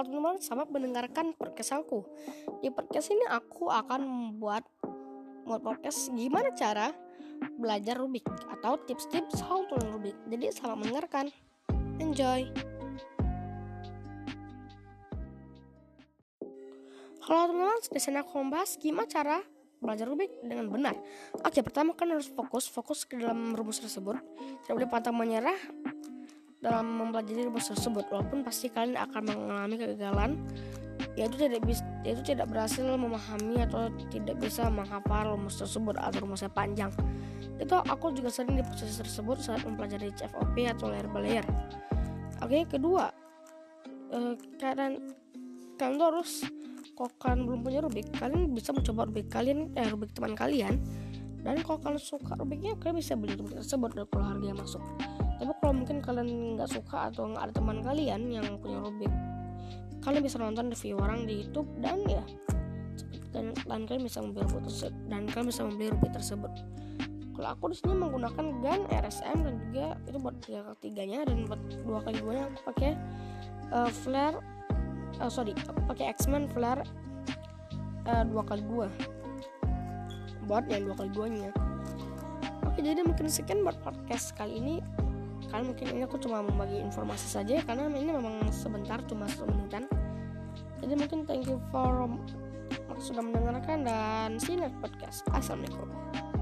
Halo teman-teman, selamat mendengarkan podcast aku. Di podcast ini aku akan membuat podcast gimana cara belajar Rubik atau tips-tips how to learn Rubik. Jadi selamat mendengarkan. Enjoy. Halo teman-teman, di sini aku membahas gimana cara belajar Rubik dengan benar. Oke, pertama kan harus fokus ke dalam rumus tersebut. Tidak boleh pantang menyerah dalam mempelajari rumus tersebut, walaupun pasti kalian akan mengalami kegagalan, yaitu tidak berhasil memahami atau tidak bisa menghafal rumus tersebut atau rumusnya panjang. Itu aku juga sering di proses tersebut saat mempelajari CFOP atau layer by layer. Oke, kedua, kalian tuh harus, kalau kalian belum punya Rubik, kalian bisa mencoba Rubik teman kalian, dan kalau kalian suka Rubiknya, kalian bisa beli Rubik tersebut kalau harganya masuk. Tapi kalau mungkin kalian nggak suka atau nggak ada teman kalian yang punya Rubik, kalian bisa nonton review orang di YouTube dan kalian bisa membeli Rubik tersebut. Kalau aku di sini menggunakan GAN RSM dan juga itu buat 3x3-nya, dan buat 2x2-nya aku pakai aku pakai X-Men Flare 2x2 buat yang 2x2-nya. Oke, jadi mungkin sekian buat podcast kali ini. Kalian mungkin ini aku cuma membagi informasi saja karena ini memang sebentar, cuma 1 menitan. Jadi mungkin thank you for sudah mendengarkan dan see you next podcast. Assalamualaikum.